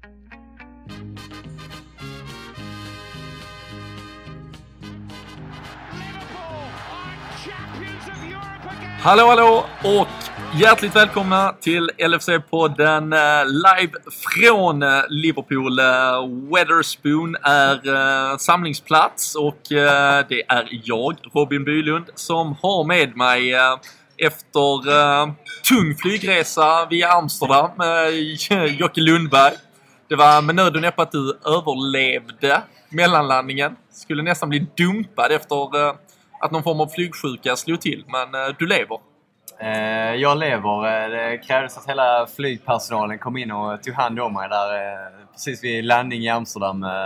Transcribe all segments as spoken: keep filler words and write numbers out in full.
Hallå hallå och hjärtligt välkomna till L F C-podden live från Liverpool. Wetherspoon är samlingsplats och det är jag, Robin Bylund, som har med mig efter tung flygresa via Amsterdam, Jocke Lundberg. Det var med nöd och näppe att du överlevde mellanlandningen. Skulle nästan bli dumpad efter att någon form av flygsjuka slog till, men uh, du lever. Eh, jag lever. Det krävdes att hela flygpersonalen kom in och tog hand om mig där eh, precis vid landning i Amsterdam. Eh,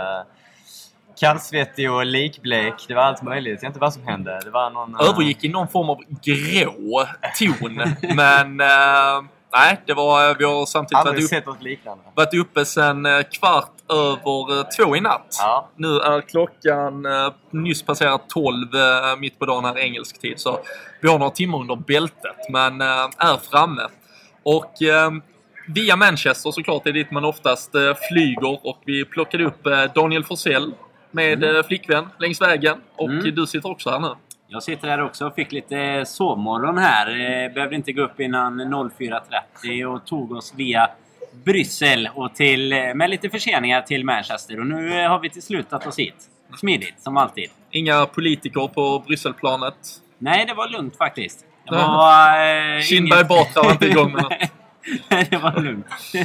kallsvettig och likblek. Det var allt möjligt. Jag vet inte vad som hände. Det var någon, uh... övergick i någon form av grå ton, men... Uh... Nej, det var, vi har samtidigt varit, sett upp, liknande. varit uppe sedan kvart över två i natt. Ja. Nu är klockan eh, nyss passerat tolv eh, mitt på dagen här engelsk tid. Så vi har några timmar under bältet, men eh, är framme. Och eh, via Manchester såklart är det dit man oftast eh, flyger. Och vi plockade upp eh, Daniel Forsell med mm. eh, flickvän längs vägen. Och mm. du sitter också här nu. Jag sitter här också och fick lite sovmorgon här. Behövde inte gå upp innan fyra trettio och tog oss via Bryssel och till, med lite förseningar till Manchester. Och nu har vi till slut tagit oss hit. Smidigt, som alltid. Inga politiker på Brysselplanet? Nej, det var lugnt faktiskt. Det var... Eh, Kindberg Batra var inte igång med något. Nej, det var lugnt.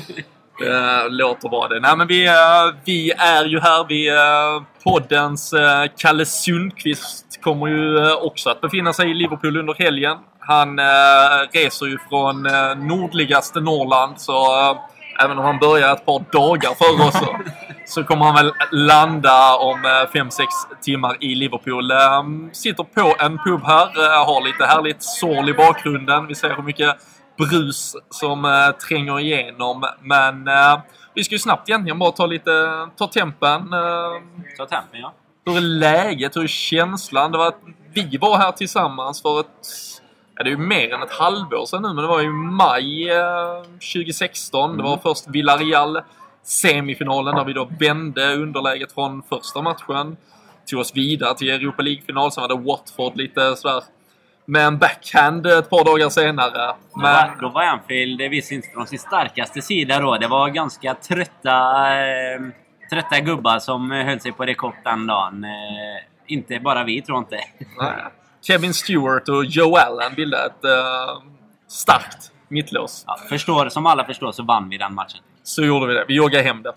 Uh, låter bra det. Nej, men vi, uh, vi är ju här vid uh, poddens uh, Kalle Sundqvist kommer ju uh, också att befinna sig i Liverpool under helgen. Han uh, reser ju från uh, nordligaste Norrland, så uh, även om han börjar ett par dagar för oss så, så kommer han väl landa om fem sex uh, timmar i Liverpool. Uh, sitter på en pub här, uh, har lite härligt sorl i bakgrunden. Vi ser hur mycket brus som äh, tränger igenom. Men äh, vi ska ju snabbt egentligen bara ta lite, ta tempen. Äh, ta tempen, ja. Hur är läget? Hur är känslan? Det var att vi var här tillsammans för ett... Ja, det är ju mer än ett halvår sedan nu, men det var ju maj äh, tjugo sexton. Mm. Det var först Villarreal semifinalen där vi då vände underläget från första matchen. Tog oss vidare till Europa League-final. Sen var det Watford lite sådär med en backhand ett par dagar senare. Men... Då, var, då var Anfield visst inte från sin starkaste sida då. Det var ganska trötta, eh, trötta gubbar som höll sig på rekord den dagen. Eh, inte bara vi, tror inte. Nej. Kevin Stewart och Joe Allen bildade ett eh, starkt mittlås. Ja, förstår, som alla förstår så vann vi den matchen. Så gjorde vi det. Vi joggade hem det.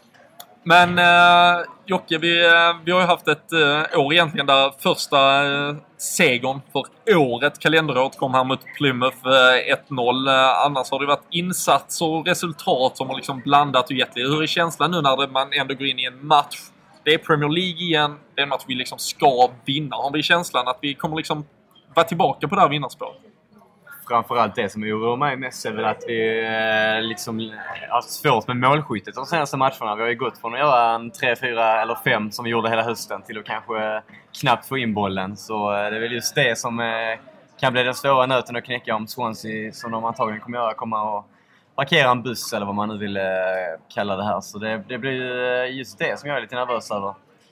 Men eh, Jocke, vi, vi har ju haft ett eh, år egentligen där första eh, segern för året, kalenderåret, kom här mot Plymouth eh, ett noll. Eh, annars har det varit insats och resultat som har liksom blandat och gett. Hur är känslan nu när det, man ändå går in i en match? Det är Premier League igen. Det är en match vi liksom ska vinna. Har vi känslan att vi kommer liksom vara tillbaka på det här vinnarspåret? Framförallt det som oroar mig mest är väl att vi eh, liksom har svårt med målskyttet de senaste matcherna. Vi har ju gått från att göra en tre, fyra eller fem som vi gjorde hela hösten till att kanske eh, knappt få in bollen. Så eh, det är väl just det som eh, kan bli den svåra nöten att knäcka om Swansea, som de antagligen kommer göra, komma och parkera en buss eller vad man nu vill eh, kalla det här. Så det, det blir just det som jag är lite nervös över.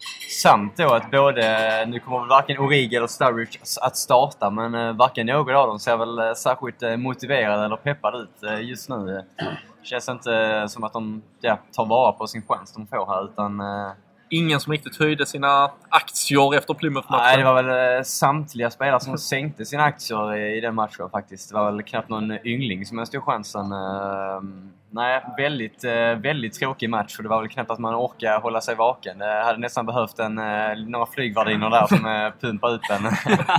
Samt då att både, nu kommer väl varken Origi eller Sturridge att starta, men eh, varken någon av dem ser väl eh, särskilt eh, motiverad eller peppad ut eh, just nu. Det känns inte eh, som att de ja, tar vara på sin chans de får här, utan... Eh, Ingen som riktigt höjde sina aktier efter Plymouth-matchen. Nej, det var väl eh, samtliga spelare som sänkte sina aktier i, i den matchen faktiskt. Det var väl knappt någon yngling som stod chansen. Eh, nej, väldigt, eh, väldigt tråkig match. Och det var väl knappt att man orkar hålla sig vaken. Det hade nästan behövt en, eh, några flygvärdinnor där som eh, pumpar ut den.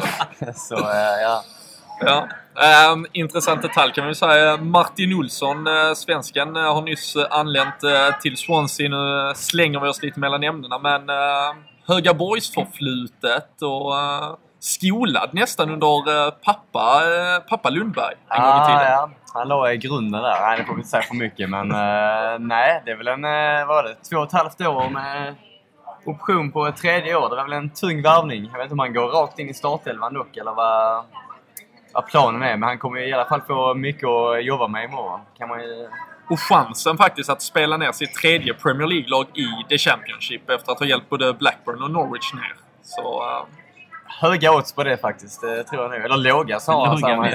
Så, eh, ja. Ja, um, intressant detalj kan man ju säga. Martin Olsson, uh, svensken, uh, har nyss uh, anlänt uh, till Swansea. Nu slänger vi oss lite mellan ämnena, men uh, Höga Boys förflutet och uh, skolad nästan under uh, pappa, uh, pappa Lundberg en ah, gång i tiden. Ja, han la i grunden där. Nej, det får vi inte säga för mycket, men uh, nej, det är väl en, uh, vad är det, två och ett halvt år med option på ett tredje år. Det var väl en tung värvning. Jag vet inte om han går rakt in i startelvan dock, eller vad... vad planen är, men han kommer i alla fall få mycket att jobba med imorgon, kan man ju och chansen faktiskt att spela ner sitt tredje Premier League-lag i The Championship efter att ha hjälpt både Blackburn och Norwich ner. Så... Uh... Höga odds på det faktiskt, det tror jag nu. Eller låga, sa han.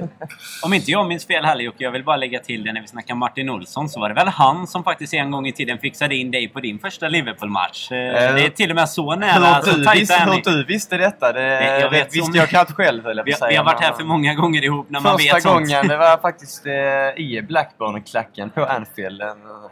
Om inte jag minns fel här, Jocke, jag vill bara lägga till det när vi snackar Martin Olsson, så var det väl han som faktiskt en gång i tiden fixade in dig på din första Liverpool-match. Äh, det är till och med så nära. Hur, alltså, du, visst, hur du visste detta? Det, det jag vet, visste jag knappt själv. Eller vi, vi har varit här för många gånger ihop när man första vet gången, sånt. Det var faktiskt eh, i Blackburn-klacken på Anfield. En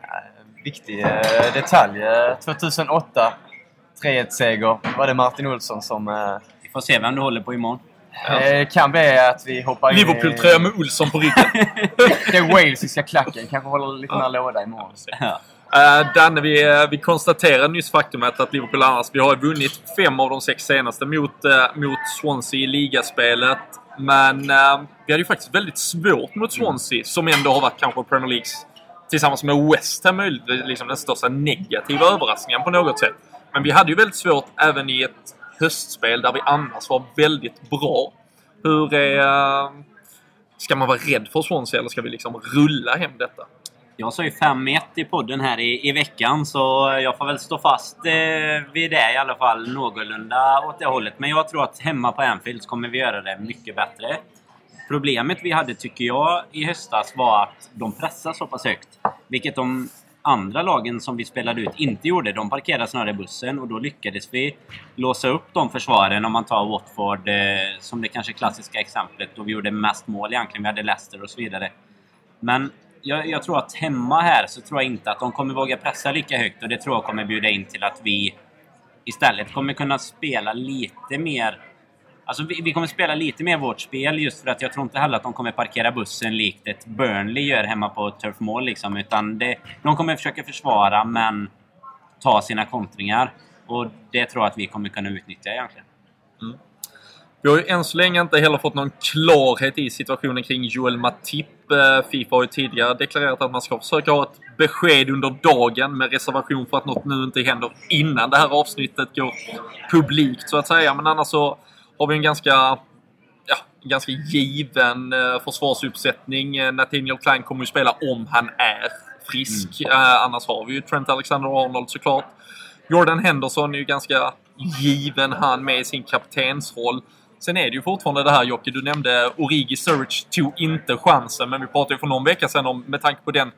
äh, viktig äh, detalj. tjugohundraåtta, tre ett-seger. Var det Martin Olsson som... Äh, Vi får se vem du håller på imorgon. Ja. Det kan bli att vi hoppar in Liverpool-tröja med Olsson på ryggen. Den walesiska klacken. Kanske håller lite mer låda imorgon. Ja. Uh, Danne, vi, vi konstaterade nyss faktumet att Liverpool annars, vi har vunnit fem av de sex senaste mot, uh, mot Swansea i ligaspelet. Men uh, vi hade ju faktiskt väldigt svårt mot Swansea, som ändå har varit kanske Premier Leagues tillsammans med West Ham liksom den största negativa överraskningen på något sätt. Men vi hade ju väldigt svårt även i ett höstspel där vi annars var väldigt bra. Hur är... Ska man vara rädd för Swansea eller ska vi liksom rulla hem detta? Jag sa ju fem ett i podden här i, i veckan, så jag får väl stå fast eh, vid det i alla fall någorlunda åt det hållet. Men jag tror att hemma på Anfield så kommer vi göra det mycket bättre. Problemet vi hade, tycker jag, i höstas var att de pressade så pass högt. Vilket de andra lagen som vi spelade ut inte gjorde. De parkerade snarare bussen och då lyckades vi låsa upp de försvaren. Om man tar Watford eh, som det kanske klassiska exemplet, då vi gjorde mest mål egentligen. Vi hade Leicester och så vidare. Men jag, jag tror att hemma här så tror jag inte att de kommer våga pressa lika högt. Och det tror jag kommer bjuda in till att vi istället kommer kunna spela lite mer... Alltså vi, vi kommer spela lite mer vårt spel, just för att jag tror inte heller att de kommer parkera bussen likt ett Burnley gör hemma på Turf Moor liksom, utan det, de kommer försöka försvara men ta sina kontringar, och det tror jag att vi kommer kunna utnyttja egentligen. Mm. Vi har ju än så länge inte heller fått någon klarhet i situationen kring Joel Matip. FIFA har ju tidigare deklarerat att man ska försöka ha ett besked under dagen med reservation för att något nu inte händer innan det här avsnittet går publikt så att säga, men annars så har vi en ganska, ja, ganska given eh, försvarsuppsättning. Nathaniel Klein kommer ju spela om han är frisk. Mm. Eh, annars har vi ju Trent Alexander-Arnold såklart. Jordan Henderson är ju ganska given han med i sin kaptensroll. Sen är det ju fortfarande det här, Jocke, du nämnde Origi Sturridge tog inte chansen. Men vi pratade ju för någon vecka sedan om, med tanke på den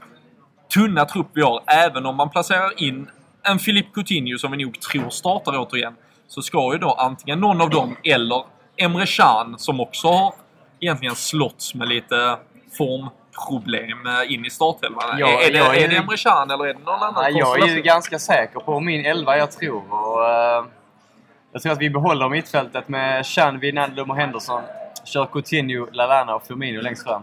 tunna trupp vi har. Även om man placerar in en Philippe Coutinho som vi nog tror startar återigen, så ska ju då antingen någon av dem eller Emre Can, som också har egentligen slått med lite formproblem in i startelvan. Ja, är, är, det, är, är det Emre Can eller är det någon annan? Ja, jag är ju ganska säker på min elva, jag tror. Och, uh, jag tror att vi behåller mittfältet med Can, Wijnaldum och Henderson. Kör Coutinho, Lallana och Firmino längst fram.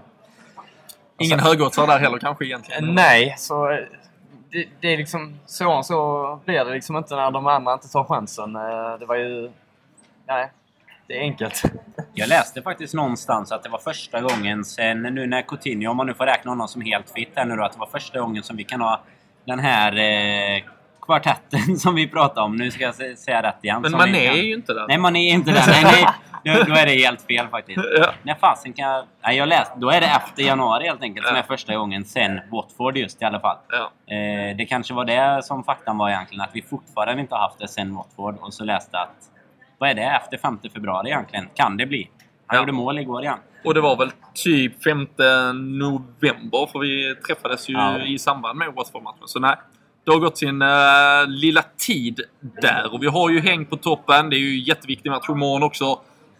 Ingen högoddsare där heller kanske egentligen? Nej, så... Det, det är liksom så, så blir det liksom inte när de andra inte tar chansen. Det var ju... Nej, det är enkelt. Jag läste faktiskt någonstans att det var första gången sen nu när Coutinho, om man nu får räkna honom som helt fit här nu då, att det var första gången som vi kan ha den här eh, kvartetten som vi pratar om. Nu ska jag säga rätt igen. Men man är kan... ju inte där. Nej, man är inte där. Nej, nej. Då, då är det helt fel faktiskt. Ja. När fasen kan jag... Nej, jag läste. Då är det efter januari helt enkelt, ja, som är första gången sen Watford just i alla fall. Ja. Eh, det kanske var det som faktan var egentligen, att vi fortfarande inte har haft det sen Watford. Och så läste att... Vad är det? Efter femte februari egentligen? Kan det bli? Han ja. gjorde mål igår igen. Och det var väl typ femte november, för vi träffades ju ja. i samband med Watford-matchen. Så nej, det har gått sin uh, lilla tid där. Och vi har ju häng på toppen. Det är ju jätteviktigt med att imorgon också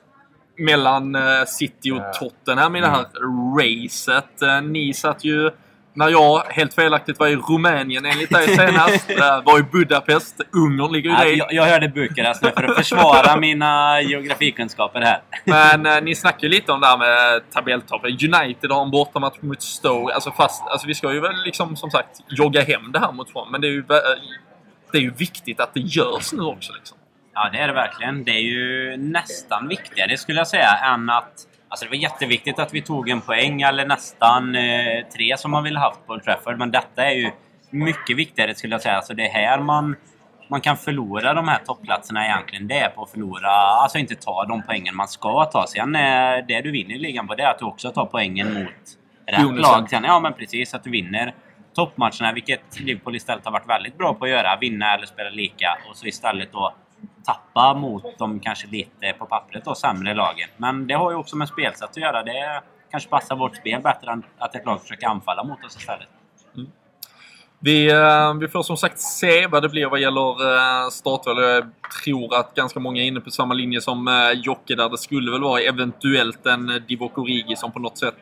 mellan uh, City och Tottenham i det här mm. racet. Uh, ni satt ju, när jag helt felaktigt var i Rumänien enligt dig senast, uh, var i Budapest. Ungern ligger ju där. Jag, jag hörde Bukarest nu för att försvara mina geografikunskaper här. Men uh, ni snackar ju lite om det här med tabelltoppen. United har en bortamatch mot Stoke. Alltså, fast, alltså vi ska ju väl liksom som sagt jogga hem det här mot Swan. Men det är ju, uh, det är ju viktigt att det görs nu också liksom. Ja, det är det verkligen. Det är ju nästan viktigare skulle jag säga än att... Alltså det var jätteviktigt att vi tog en poäng, eller nästan eh, tre som man ville haft på Old Trafford. Men detta är ju mycket viktigare skulle jag säga. Alltså det är här man, man kan förlora de här toppplatserna egentligen. Det är på att förlora, alltså inte ta de poängen man ska ta. Sen är det du vinner i ligan på, det är att du också tar poängen mot rätt lag sen. Ja, men precis. Att du vinner toppmatcherna, vilket Liverpool istället har varit väldigt bra på att göra. Vinna eller spela lika. Och så istället då tappa mot de kanske lite på pappret och sämre lagen. Men det har ju också med spelsätt att göra. Det kanske passar vårt spel bättre än att ett lag försöker anfalla mot oss istället. Mm. Vi, vi får som sagt se vad det blir vad gäller startval. Jag tror att ganska många är inne på samma linje som Jocke, där det skulle väl vara eventuellt en Divock Origi som på något sätt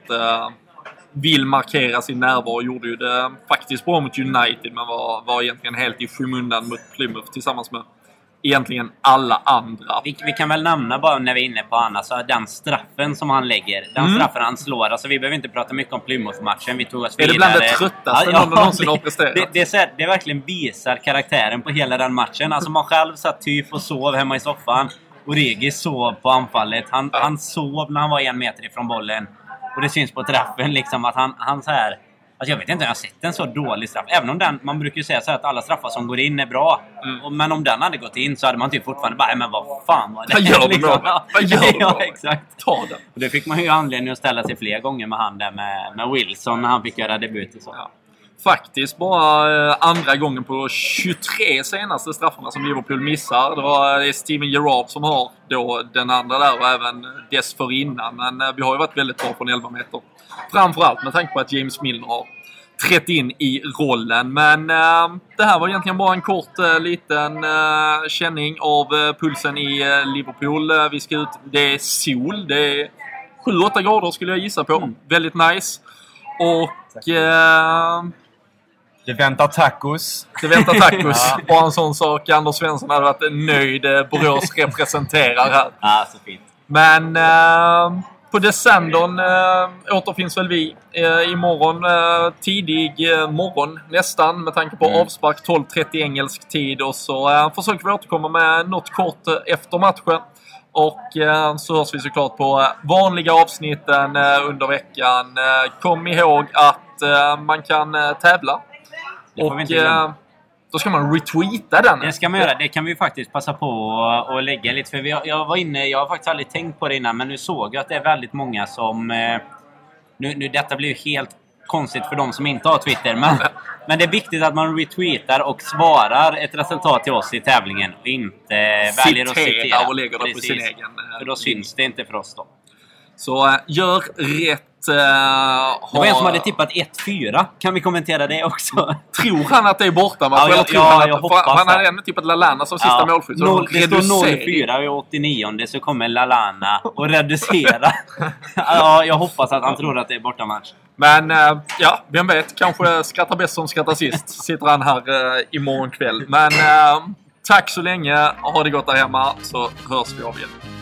vill markera sin närvaro. Gjorde ju det faktiskt bra mot United, men var, var egentligen helt i skymundan mot Plymouth tillsammans med egentligen alla andra. Vi, vi kan väl nämna bara när vi är inne på Anna, så den straffen som han lägger, den mm. straffen han slår, alltså vi behöver inte prata mycket om Plymouth-matchen, vi tog oss vidare. Är det bland det tröttaste ja, någon någonsin har presterat? Det, det, det, det verkligen visar karaktären på hela den matchen. Alltså man själv satt typ och sov hemma i soffan. Origi sov på anfallet. Han, ja. han sov när han var en meter ifrån bollen. Och det syns på träffen liksom att han, han så här... Alltså jag vet inte, jag har sett en så dålig straff. Även om den, man brukar ju säga så här att alla straffar som går in är bra. Mm. Men om den hade gått in så hade man typ fortfarande bara, men vad fan var det? Vad gör du liksom? då? Vad gör du då? Ja, exakt. Ta den. Och det fick man ju anledning att ställa sig fler gånger med han där med, med Wilson när han fick göra debut och så. Ja. Faktiskt bara eh, andra gången på tjugotre senaste straffarna som Liverpool missar. Det var det är Steven Gerrard som har då den andra där och även dessförinnan. Men eh, vi har ju varit väldigt bra från elva meter. Framförallt med tanke på att James Milner har trätt in i rollen. Men äh, det här var egentligen bara en kort äh, liten äh, känning av äh, pulsen i äh, Liverpool. Äh, vi ska ut, det är sol, det är sju åtta grader skulle jag gissa på. Mm. Väldigt nice. Och äh, det väntar tacos. Det väntar tacos. Ja. Bara en sån sak. Anders Svensson hade varit nöjd. Borås representerar här. Ja, så fint. Men äh, på Descendon äh, återfinns väl vi äh, imorgon. Äh, tidig äh, morgon nästan. Med tanke på mm. avspark tolv trettio engelsk tid. Och så äh, försöker vi återkomma med något kort äh, efter matchen. Och eh, så hörs vi såklart på vanliga avsnitten eh, under veckan. Eh, kom ihåg att eh, man kan eh, tävla. Och eh, då ska man retweeta den. Det ska man göra. Det kan vi faktiskt passa på att lägga lite. För vi, jag var inne, jag har faktiskt aldrig tänkt på det innan. Men nu såg jag att det är väldigt många som... Eh, nu, nu detta blir ju helt konstigt för de som inte har Twitter. Men, men det är viktigt att man retweetar och svarar ett resultat till oss i tävlingen. Och inte väljer att citera. Och lägger det på sin egen. För då syns det inte för oss då. Så äh, gör rätt. Äh, det var en som hade tippat ett fyra. Kan vi kommentera det också? Tror han att det är borta? Man ja, ja, tror han, ja, jag hoppas han hade ändå tippat Lallana som sista ja, målskytt. Så noll, det står noll fyra i åttionio. Så kommer Lallana och reducera. Ja, jag hoppas att han tror att det är bortamatch. Men äh, ja, vem vet. Kanske skrattar bäst som skrattar sist. Sitter han här äh, imorgon kväll. Men äh, tack så länge. Ha det gott där hemma. Så hörs vi av igen.